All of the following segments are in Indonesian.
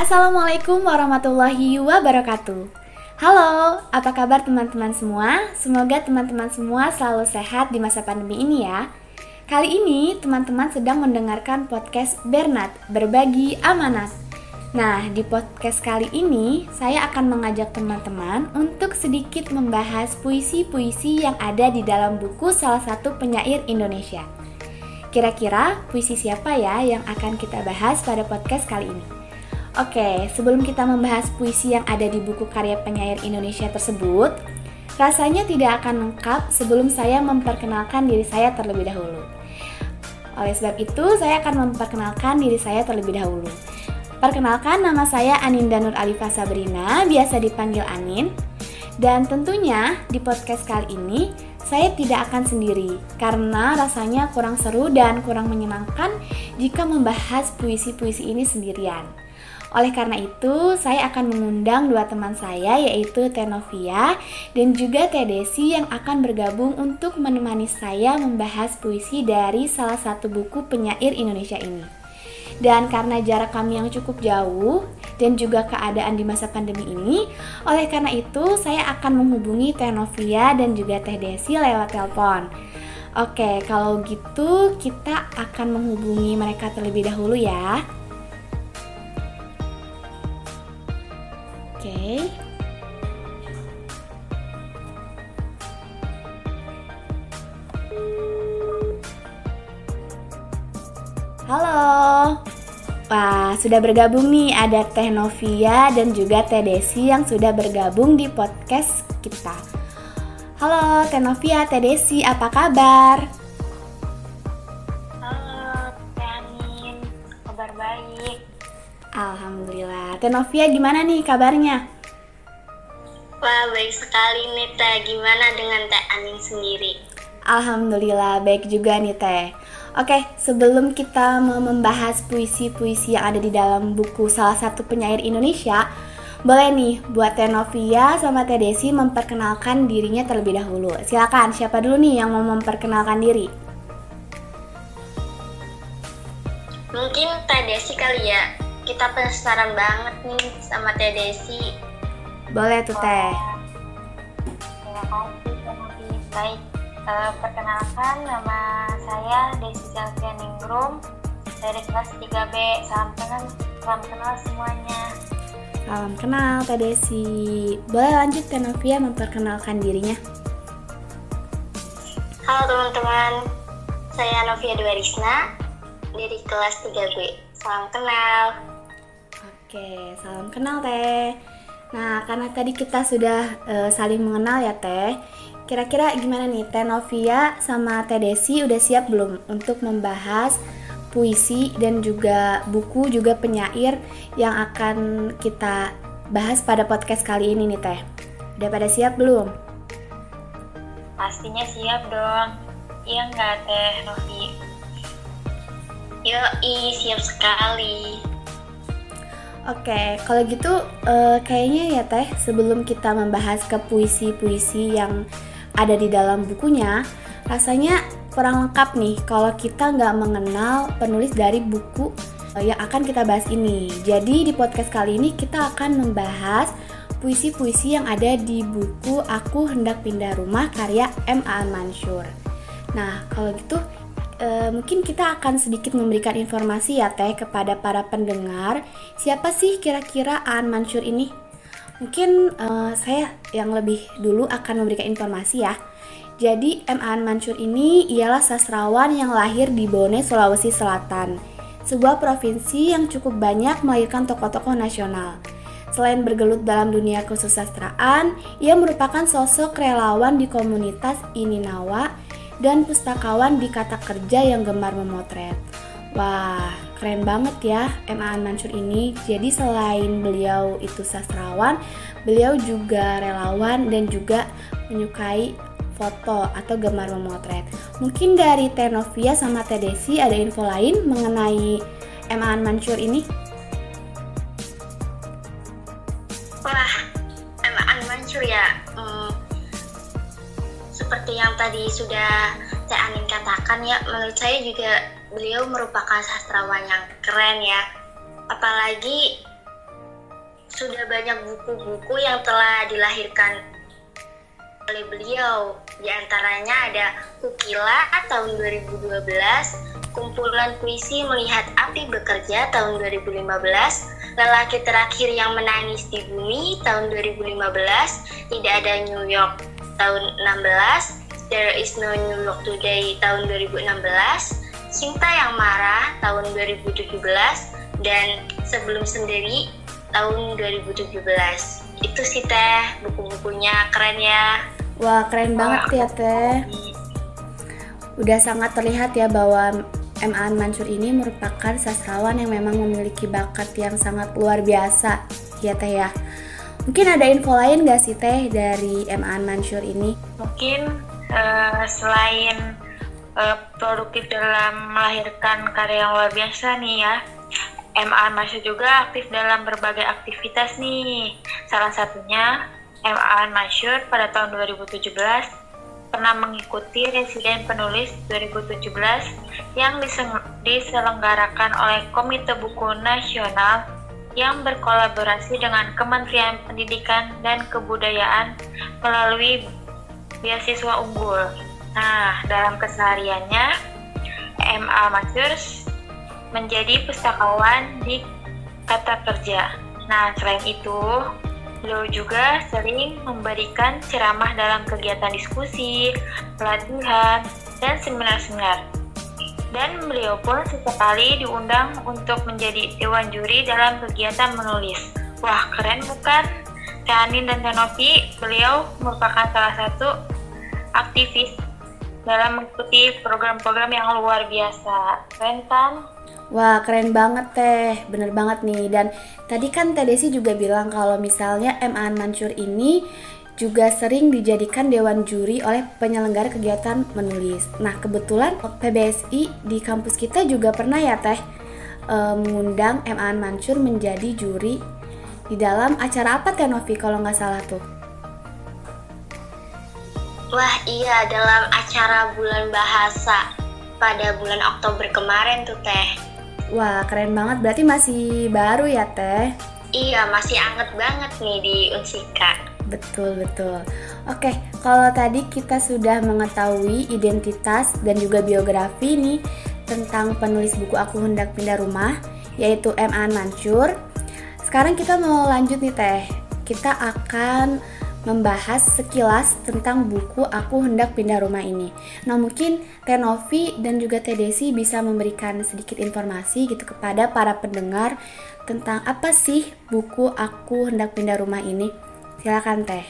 Assalamualaikum warahmatullahi wabarakatuh. Halo, apa kabar teman-teman semua? Semoga teman-teman semua selalu sehat di masa pandemi ini ya. Kali ini teman-teman sedang mendengarkan podcast Bernat, Berbagi Amanat. Nah, di podcast kali ini saya akan mengajak teman-teman untuk sedikit membahas puisi-puisi yang ada di dalam buku salah satu penyair Indonesia. Kira-kira puisi siapa ya yang akan kita bahas pada podcast kali ini? Oke, sebelum kita membahas puisi yang ada di buku karya penyair Indonesia tersebut, rasanya tidak akan lengkap sebelum saya memperkenalkan diri saya terlebih dahulu. Oleh sebab itu, saya akan memperkenalkan diri saya terlebih dahulu. Perkenalkan, nama saya Aninda Nur Alifa Sabrina, biasa dipanggil Anin. Dan tentunya di podcast kali ini, saya tidak akan sendiri, karena rasanya kurang seru dan kurang menyenangkan jika membahas puisi-puisi ini sendirian. Oleh karena itu, saya akan mengundang dua teman saya, yaitu Teh Novia dan juga Teh Desi yang akan bergabung untuk menemani saya membahas puisi dari salah satu buku penyair Indonesia ini. Dan karena jarak kami yang cukup jauh dan juga keadaan di masa pandemi ini, oleh karena itu saya akan menghubungi Teh Novia dan juga Teh Desi lewat telepon. Oke, kalau gitu kita akan menghubungi mereka terlebih dahulu ya. Oke. Halo. Wah, sudah bergabung nih, ada Teh Novia dan juga Teh Desi yang sudah bergabung di podcast kita. Halo Teh Novia, Teh Desi, apa kabar? Halo, Teh Anin, kabar baik. Alhamdulillah. Teh Novia gimana nih kabarnya? Wah, baik sekali nih Teh. Gimana dengan Teh Anin sendiri? Alhamdulillah, baik juga nih Teh. Oke, sebelum kita membahas puisi-puisi yang ada di dalam buku salah satu penyair Indonesia, boleh nih buat Teh Novia sama Teh Desi memperkenalkan dirinya terlebih dahulu. Silakan, siapa dulu nih yang mau memperkenalkan diri? Mungkin Teh Desi kali ya. Kita penasaran banget nih sama Teh Desi. Boleh tuh Teh. Terima kasih Teh Novi. Baik, perkenalkan nama saya Desi Zelvia Ningrum dari kelas 3B. Salam kenal semuanya. Salam kenal Teh Desi. Boleh lanjut Teh Novia memperkenalkan dirinya. Halo teman-teman, saya Novia Dwi Risna dari kelas 3B. Salam kenal. Oke, salam kenal Teh. Nah, karena tadi kita sudah saling mengenal ya Teh, kira-kira gimana nih Teh Novia sama Teh Desi udah siap belum untuk membahas puisi dan juga buku juga penyair yang akan kita bahas pada podcast kali ini nih Teh? Udah pada siap belum? Pastinya siap dong. Iya nggak Teh Novi? Yoi, siap sekali. Oke, kalau gitu kayaknya ya Teh, sebelum kita membahas ke puisi-puisi yang ada di dalam bukunya, rasanya kurang lengkap nih kalau kita nggak mengenal penulis dari buku yang akan kita bahas ini. Jadi di podcast kali ini kita akan membahas puisi-puisi yang ada di buku Aku Hendak Pindah Rumah karya M. Aan Mansur. Nah, kalau gitu mungkin kita akan sedikit memberikan informasi ya Teh kepada para pendengar. Siapa sih kira-kira Aan Mansur ini? Mungkin saya yang lebih dulu akan memberikan informasi ya. Jadi M. Aan Mansur ini ialah sastrawan yang lahir di Bone, Sulawesi Selatan, sebuah provinsi yang cukup banyak melahirkan tokoh-tokoh nasional. Selain bergelut dalam dunia kesusastraan, ia merupakan sosok relawan di komunitas Ininawa dan pustakawan di Kata Kerja yang gemar memotret. Wah, keren banget ya M. Aan Mansur ini. Jadi selain beliau itu sastrawan, beliau juga relawan dan juga menyukai foto atau gemar memotret. Mungkin dari Teh Novia sama Teh Desi ada info lain mengenai M. Aan Mansur ini? Wah, M. Aan Mansur ya. Seperti yang tadi sudah Teh Anin katakan ya, menurut saya juga beliau merupakan sastrawan yang keren ya. Apalagi sudah banyak buku-buku yang telah dilahirkan oleh beliau. Di antaranya ada Kukila tahun 2012, kumpulan puisi Melihat Api Bekerja tahun 2015, Lelaki Terakhir Yang Menangis di Bumi tahun 2015, Tidak Ada New York tahun 16, There Is No New York Today tahun 2016, Cinta Yang Marah tahun 2017, dan Sebelum Sendiri tahun 2017. Itu sih Teh, buku-bukunya keren ya. Wah, keren banget ya Teh. Udah sangat terlihat ya bahwa M. Aan Mansur ini merupakan sastrawan yang memang memiliki bakat yang sangat luar biasa ya Teh ya. Mungkin ada info lain gak sih Teh dari M. Aan Mansur ini? Mungkin selain produktif dalam melahirkan karya yang luar biasa nih ya, M. Aan Mansur juga aktif dalam berbagai aktivitas nih. Salah satunya M. Aan Mansur pada tahun 2017 pernah mengikuti Residen Penulis 2017 yang diselenggarakan oleh Komite Buku Nasional yang berkolaborasi dengan Kementerian Pendidikan dan Kebudayaan melalui beasiswa unggul. Nah, dalam kesehariannya M. Aan Mansur menjadi pustakawan di Kata Kerja. Nah, selain itu, beliau juga sering memberikan ceramah dalam kegiatan diskusi, pelatihan, dan seminar-seminar. Dan beliau pun sesekali diundang untuk menjadi dewan juri dalam kegiatan menulis. Wah, keren bukan? Teh Anin dan Teh Novi, beliau merupakan salah satu aktivis dalam mengikuti program-program yang luar biasa. Keren kan? Wah, keren banget Teh, bener banget nih. Dan tadi kan Teh Desi juga bilang kalau misalnya M. Aan Mansur ini juga sering dijadikan dewan juri oleh penyelenggara kegiatan menulis. Nah, kebetulan PBSI di kampus kita juga pernah ya Teh mengundang M. Aan Mansur menjadi juri di dalam acara apa Teh Novi kalau nggak salah tuh? Wah iya, dalam acara Bulan Bahasa pada bulan Oktober kemarin tuh Teh. Wah, keren banget. Berarti masih baru ya Teh? Iya, masih anget banget nih di Unsika. Betul. Oke, kalau tadi kita sudah mengetahui identitas dan juga biografi nih tentang penulis buku Aku Hendak Pindah Rumah, yaitu M. Aan Mansur. Sekarang kita mau lanjut nih Teh. Kita akan membahas sekilas tentang buku Aku Hendak Pindah Rumah ini. Nah, mungkin Teh Novi dan juga Teh Desi bisa memberikan sedikit informasi gitu kepada para pendengar tentang apa sih buku Aku Hendak Pindah Rumah ini. Silakan Teh.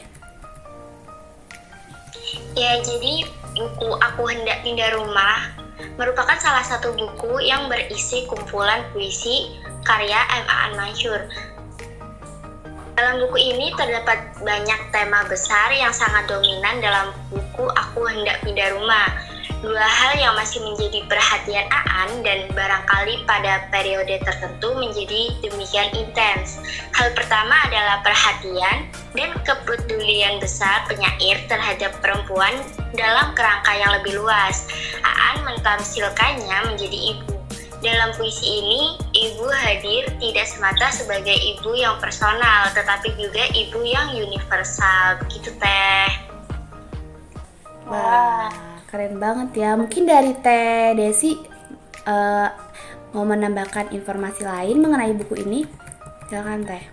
Ya, jadi buku Aku Hendak Pindah Rumah merupakan salah satu buku yang berisi kumpulan puisi karya M. Aan Mansur. Dalam buku ini terdapat banyak tema besar yang sangat dominan dalam buku Aku Hendak Pindah Rumah. Dua hal yang masih menjadi perhatian Aan dan barangkali pada periode tertentu menjadi demikian intens. Hal pertama adalah perhatian dan kepedulian besar penyair terhadap perempuan dalam kerangka yang lebih luas. Aan mentamsilkannya menjadi ibu. Dalam puisi ini, ibu hadir tidak semata sebagai ibu yang personal, tetapi juga ibu yang universal. Begitu Teh. Wah, keren banget ya. Mungkin dari Teh Desi mau menambahkan informasi lain mengenai buku ini? Silakan Teh.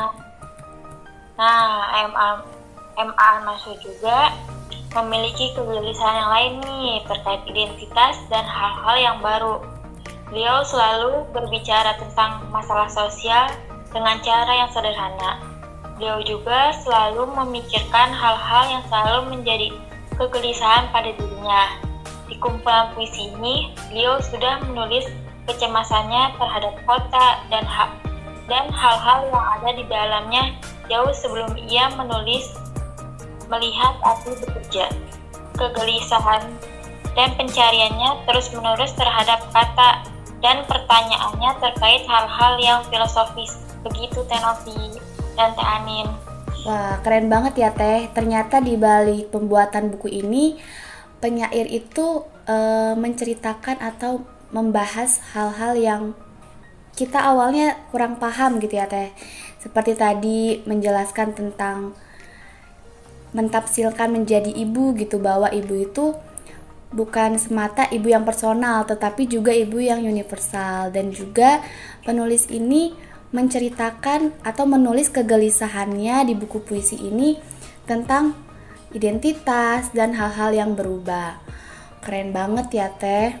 M. Aan Mansur juga memiliki kegelisahan yang lain nih terkait identitas dan hal-hal yang baru. Beliau selalu berbicara tentang masalah sosial dengan cara yang sederhana. Beliau juga selalu memikirkan hal-hal yang selalu menjadi kegelisahan pada dirinya. Di kumpulan puisi ini, beliau sudah menulis kecemasannya terhadap kota dan hal-hal yang ada di dalamnya jauh sebelum ia menulis Melihat Api Bekerja. Kegelisahan dan pencariannya terus-menerus terhadap kata dan pertanyaannya terkait hal-hal yang filosofis. Begitu Teh Novi dan Teh Anin. Wah, keren banget ya Teh. Ternyata di balik pembuatan buku ini, penyair itu menceritakan atau membahas hal-hal yang kita awalnya kurang paham gitu ya Teh. Seperti tadi menjelaskan tentang mentafsirkan menjadi ibu gitu, bahwa ibu itu bukan semata ibu yang personal, tetapi juga ibu yang universal. Dan juga penulis ini menceritakan atau menulis kegelisahannya di buku puisi ini tentang identitas dan hal-hal yang berubah. Keren banget ya Teh.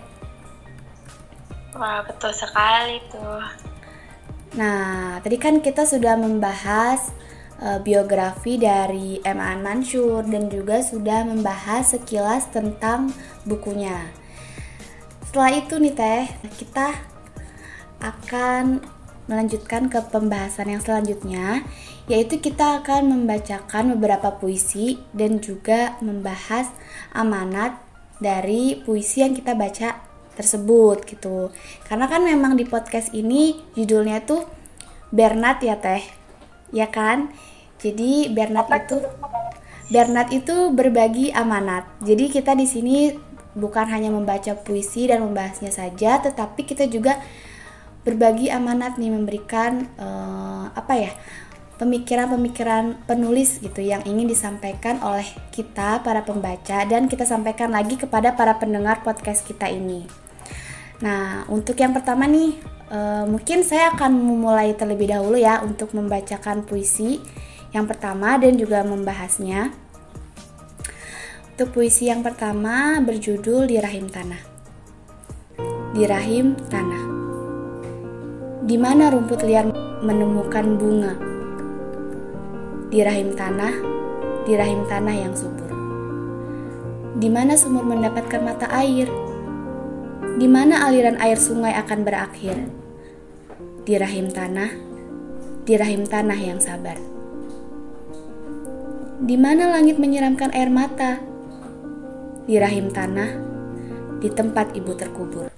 Wah, betul sekali tuh. Nah, tadi kan kita sudah membahas biografi dari M. A. Mansur dan juga sudah membahas sekilas tentang bukunya. Setelah itu nih Teh, kita akan melanjutkan ke pembahasan yang selanjutnya, yaitu kita akan membacakan beberapa puisi dan juga membahas amanat dari puisi yang kita baca tersebut gitu. Karena kan memang di podcast ini judulnya tuh Bernard ya Teh, ya kan? Jadi Bernard itu berbagi amanat. Jadi kita di sini bukan hanya membaca puisi dan membahasnya saja, tetapi kita juga berbagi amanat nih, memberikan pemikiran-pemikiran penulis gitu yang ingin disampaikan oleh kita para pembaca, dan kita sampaikan lagi kepada para pendengar podcast kita ini. Nah, untuk yang pertama nih, mungkin saya akan memulai terlebih dahulu ya untuk membacakan puisi yang pertama dan juga membahasnya. Untuk puisi yang pertama berjudul Di Rahim Tanah. Di rahim tanah, di mana rumput liar menemukan bunga. Di rahim tanah yang subur. Di mana sumur mendapatkan mata air. Di mana aliran air sungai akan berakhir. Di rahim tanah yang sabar. Di mana langit menyiramkan air mata. Di rahim tanah, di tempat ibu terkubur.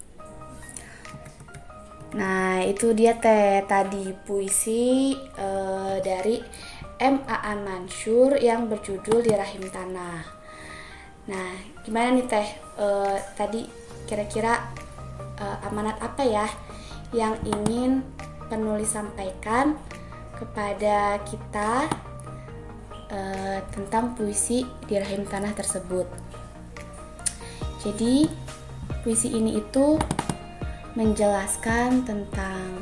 Nah, itu dia Teh tadi puisi dari M. A. Mansur yang berjudul Di Rahim Tanah. Nah, gimana nih Teh? Tadi kira-kira amanat apa ya yang ingin penulis sampaikan kepada kita tentang puisi Di Rahim Tanah tersebut? Jadi, puisi ini itu menjelaskan tentang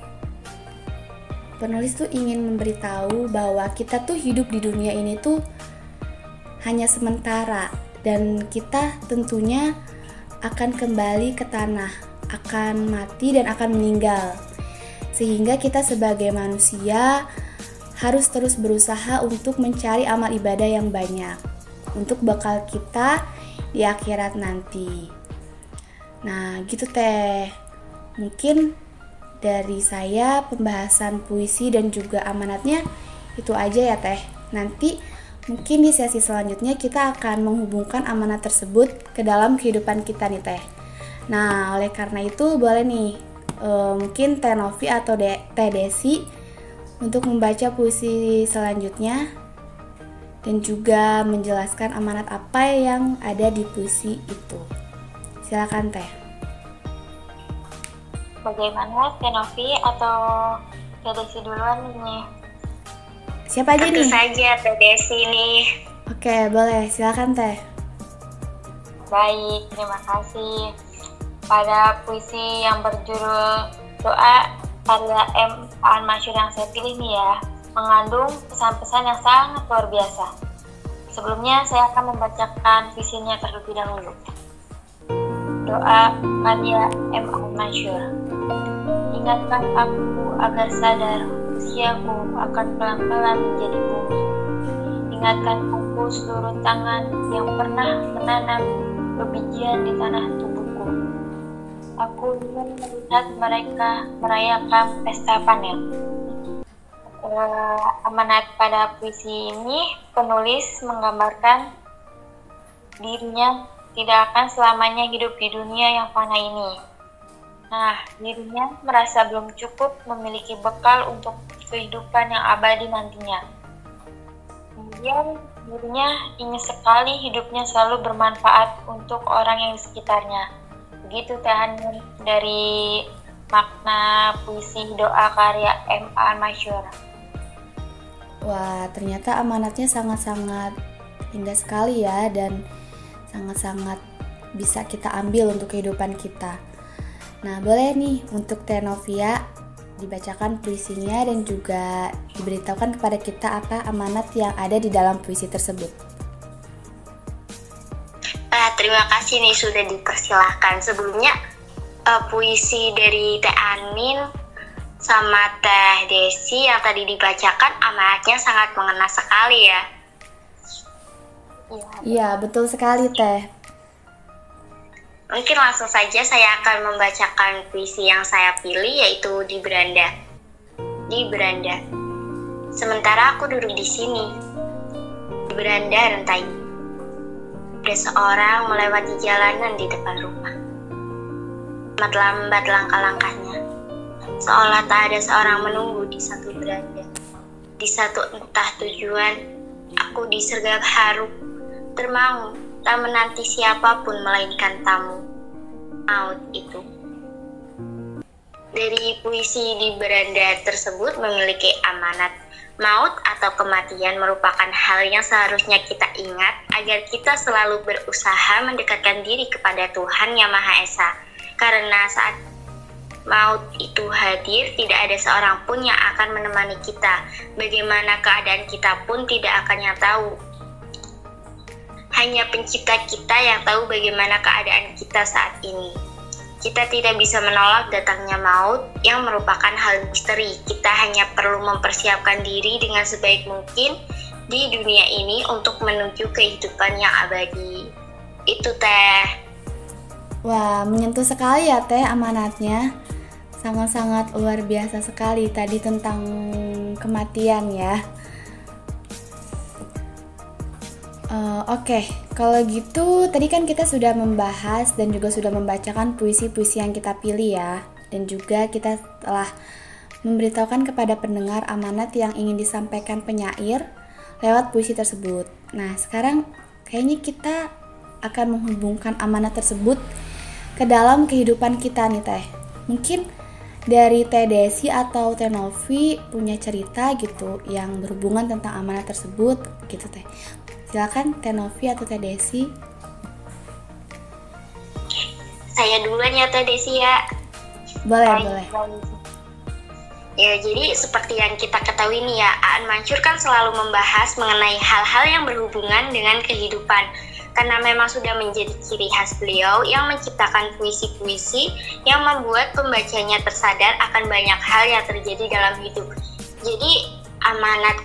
penulis tuh ingin memberitahu bahwa kita tuh hidup di dunia ini tuh hanya sementara, dan kita tentunya akan kembali ke tanah, akan mati dan akan meninggal. Sehingga kita sebagai manusia harus terus berusaha untuk mencari amal ibadah yang banyak untuk bekal kita di akhirat nanti. Nah, gitu Teh. Mungkin dari saya pembahasan puisi dan juga amanatnya itu aja ya Teh. Nanti mungkin di sesi selanjutnya kita akan menghubungkan amanat tersebut ke dalam kehidupan kita nih Teh. Nah, oleh karena itu boleh nih mungkin Teh Novi atau Teh Desi untuk membaca puisi selanjutnya dan juga menjelaskan amanat apa yang ada di puisi itu. Silakan Teh. Bagaimana, Teh Novi atau Teh Desi duluan nih? Siapa aja nih? Tentu saja Teh Desi nih. Oke, boleh. Silakan Teh. Baik, terima kasih. Pada puisi yang berjudul Doa karya M. A. Mansur yang saya pilih nih ya, mengandung pesan-pesan yang sangat luar biasa. Sebelumnya saya akan membacakan puisinya terlebih dahulu. Doa karya M. A. Mansur. Ingatkan aku agar sadar usiaku akan pelan-pelan menjadi bumi. Ingatkan aku seluruh tangan yang pernah menanam bebijian di tanah tubuhku. Aku ingin melihat mereka merayakan pesta panen. Amanat pada puisi ini, penulis menggambarkan dirinya tidak akan selamanya hidup di dunia yang fana ini. Nah, dirinya merasa belum cukup memiliki bekal untuk kehidupan yang abadi nantinya. Kemudian, dirinya ingin sekali hidupnya selalu bermanfaat untuk orang yang di sekitarnya. Begitu Teh Hanun dari makna puisi Doa karya M. A. Mansur. Wah, ternyata amanatnya sangat-sangat indah sekali ya, dan sangat-sangat bisa kita ambil untuk kehidupan kita. Nah, boleh nih untuk Teh Novia dibacakan puisinya dan juga diberitahukan kepada kita apa amanat yang ada di dalam puisi tersebut. Terima kasih nih sudah dipersilahkan. Sebelumnya puisi dari Teh Anin sama Teh Desi yang tadi dibacakan amanatnya sangat mengena sekali ya. Iya, betul sekali Teh. Mungkin langsung saja saya akan membacakan puisi yang saya pilih, yaitu Di Beranda. Di beranda. Sementara aku duduk di sini, di beranda rentai. Ada seorang melewati jalanan di depan rumah. Amat lambat langkah-langkahnya, seolah tak ada seorang menunggu di satu beranda. Di satu entah tujuan, aku disergap haru, termangu, tak menanti siapapun melainkan tamu, maut itu. Dari puisi Di Beranda tersebut memiliki amanat. Maut atau kematian merupakan hal yang seharusnya kita ingat agar kita selalu berusaha mendekatkan diri kepada Tuhan Yang Maha Esa. Karena saat maut itu hadir, tidak ada seorang pun yang akan menemani kita. Bagaimana keadaan kita pun tidak akan yang tahu. Hanya pencipta kita yang tahu bagaimana keadaan kita saat ini. Kita tidak bisa menolak datangnya maut yang merupakan hal misteri. Kita hanya perlu mempersiapkan diri dengan sebaik mungkin di dunia ini untuk menuju kehidupan yang abadi. Itu Teh. Wah, menyentuh sekali ya Teh amanatnya. Sangat-sangat luar biasa sekali tadi tentang kematian ya. Oke, kalau gitu tadi kan kita sudah membahas dan juga sudah membacakan puisi-puisi yang kita pilih ya. Dan juga kita telah memberitahukan kepada pendengar amanat yang ingin disampaikan penyair lewat puisi tersebut. Nah, sekarang kayaknya kita akan menghubungkan amanat tersebut ke dalam kehidupan kita nih Teh. Mungkin dari Teh Desi atau Teh Novi punya cerita gitu yang berhubungan tentang amanat tersebut gitu Teh. Silakan Teh Novi atau Teh Desi. Saya duluan ya Teh Desi ya. Boleh. Ya, jadi seperti yang kita ketahui nih ya, Aan Mansur kan selalu membahas mengenai hal-hal yang berhubungan dengan kehidupan. Karena memang sudah menjadi ciri khas beliau yang menciptakan puisi-puisi yang membuat pembacanya tersadar akan banyak hal yang terjadi dalam hidup. Jadi amanat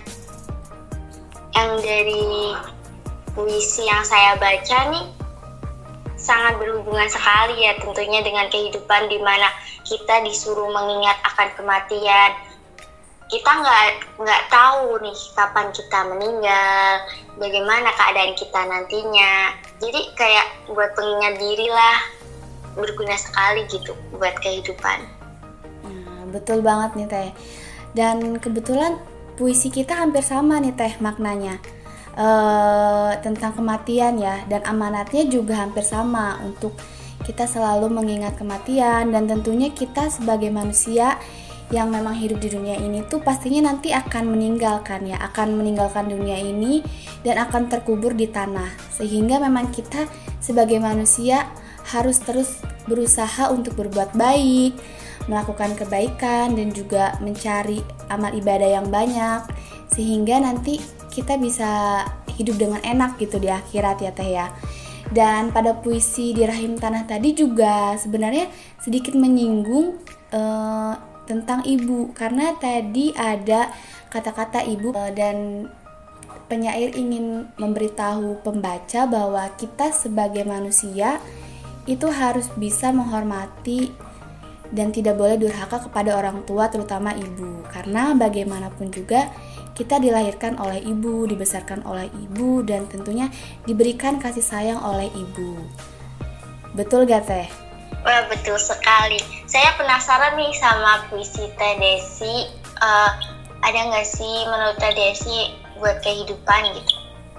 yang dari puisi yang saya baca nih sangat berhubungan sekali ya tentunya dengan kehidupan di mana kita disuruh mengingat akan kematian. Kita nggak tahu nih kapan kita meninggal, bagaimana keadaan kita nantinya. Jadi kayak buat pengingat diri lah, berguna sekali gitu buat kehidupan. Nah, betul banget nih Teh. Dan kebetulan puisi kita hampir sama nih Teh maknanya. Tentang kematian ya, dan amanatnya juga hampir sama untuk kita selalu mengingat kematian. Dan tentunya kita sebagai manusia yang memang hidup di dunia ini tuh pastinya nanti akan meninggalkan dunia ini dan akan terkubur di tanah. Sehingga memang kita sebagai manusia harus terus berusaha untuk berbuat baik, melakukan kebaikan, dan juga mencari amal ibadah yang banyak sehingga nanti kita bisa hidup dengan enak gitu di akhirat ya Teh ya. Dan pada puisi Di Rahim Tanah tadi juga sebenarnya sedikit menyinggung tentang ibu, karena tadi ada kata-kata ibu dan penyair ingin memberitahu pembaca bahwa kita sebagai manusia itu harus bisa menghormati dan tidak boleh durhaka kepada orang tua, terutama ibu, karena bagaimanapun juga kita dilahirkan oleh ibu, dibesarkan oleh ibu, dan tentunya diberikan kasih sayang oleh ibu. Betul gak Teh? Wah, betul sekali. Saya penasaran nih sama puisi Teh Desi. Ada gak sih menurut Teh Desi buat kehidupan gitu?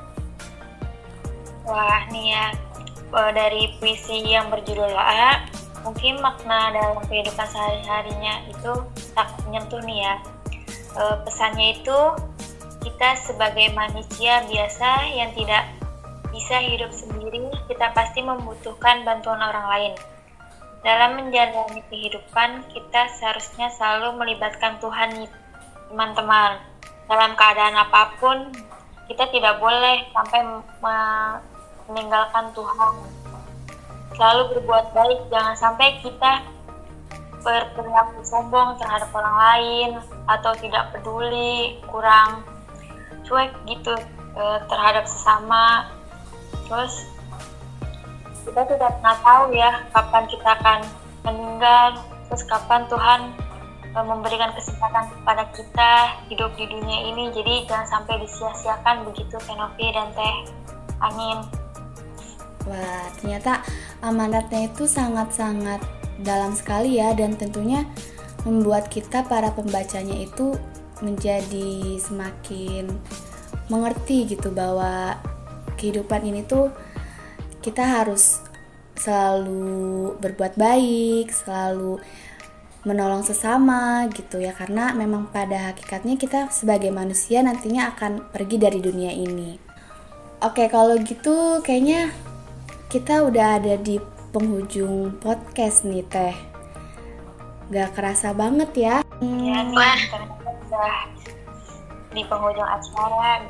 Wah nih ya, dari puisi yang berjudul A, mungkin makna dalam kehidupan sehari-harinya itu tak menyentuh nih ya. Pesannya itu kita sebagai manusia biasa yang tidak bisa hidup sendiri, kita pasti membutuhkan bantuan orang lain. Dalam menjalani kehidupan, kita seharusnya selalu melibatkan Tuhan nih, teman-teman. Dalam keadaan apapun, kita tidak boleh sampai meninggalkan Tuhan. Selalu berbuat baik, jangan sampai kita berperilaku sombong terhadap orang lain atau tidak peduli, kurang cuek gitu terhadap sesama. Terus kita tidak pernah tahu ya kapan kita akan meninggal, terus kapan Tuhan memberikan kesempatan kepada kita hidup di dunia ini. Jadi jangan sampai disia-siakan begitu, Teh Novi dan Teh Anin. Wah, ternyata amanatnya itu sangat-sangat dalam sekali ya, dan tentunya membuat kita para pembacanya itu menjadi semakin mengerti gitu bahwa kehidupan ini tuh kita harus selalu berbuat baik, selalu menolong sesama gitu ya, karena memang pada hakikatnya kita sebagai manusia nantinya akan pergi dari dunia ini. Oke, kalau gitu kayaknya kita udah ada di penghujung podcast nih Teh. Gak kerasa banget ya. Ya nih, ternyata udah di penghujung acara.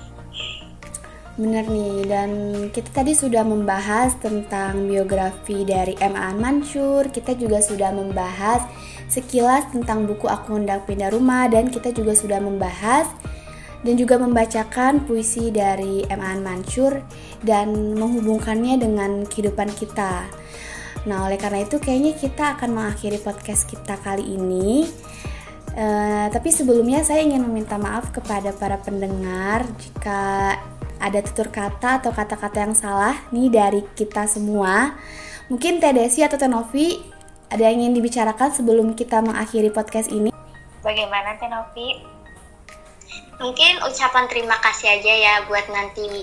Bener nih, dan kita tadi sudah membahas tentang biografi dari M. Aan Mansur. Kita juga sudah membahas sekilas tentang buku Aku Hendak Pindah Rumah, dan kita juga sudah membahas dan juga membacakan puisi dari M. Aan Mansur dan menghubungkannya dengan kehidupan kita. Nah, oleh karena itu kayaknya kita akan mengakhiri podcast kita kali ini. Tapi sebelumnya saya ingin meminta maaf kepada para pendengar jika ada tutur kata atau kata-kata yang salah nih dari kita semua. Mungkin Teh Desi atau Teh Novi ada yang ingin dibicarakan sebelum kita mengakhiri podcast ini? Bagaimana Teh Novi? Mungkin ucapan terima kasih aja ya buat nanti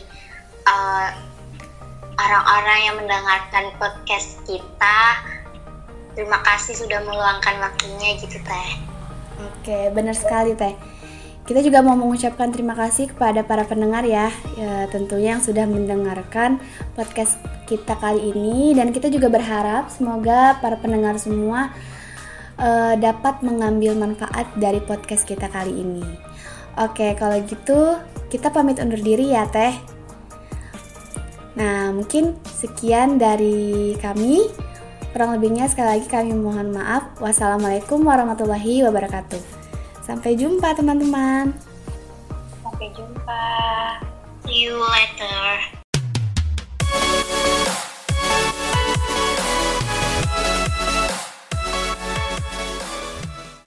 orang-orang yang mendengarkan podcast kita. Terima kasih sudah meluangkan waktunya gitu Teh. Oke, benar sekali Teh. Kita juga mau mengucapkan terima kasih kepada para pendengar ya, tentunya yang sudah mendengarkan podcast kita kali ini, dan kita juga berharap semoga para pendengar semua dapat mengambil manfaat dari podcast kita kali ini. Oke, kalau gitu kita pamit undur diri ya Teh. Nah, mungkin sekian dari kami. Kurang lebihnya sekali lagi kami mohon maaf. Wassalamualaikum warahmatullahi wabarakatuh. Sampai jumpa teman-teman. Sampai jumpa. See you later.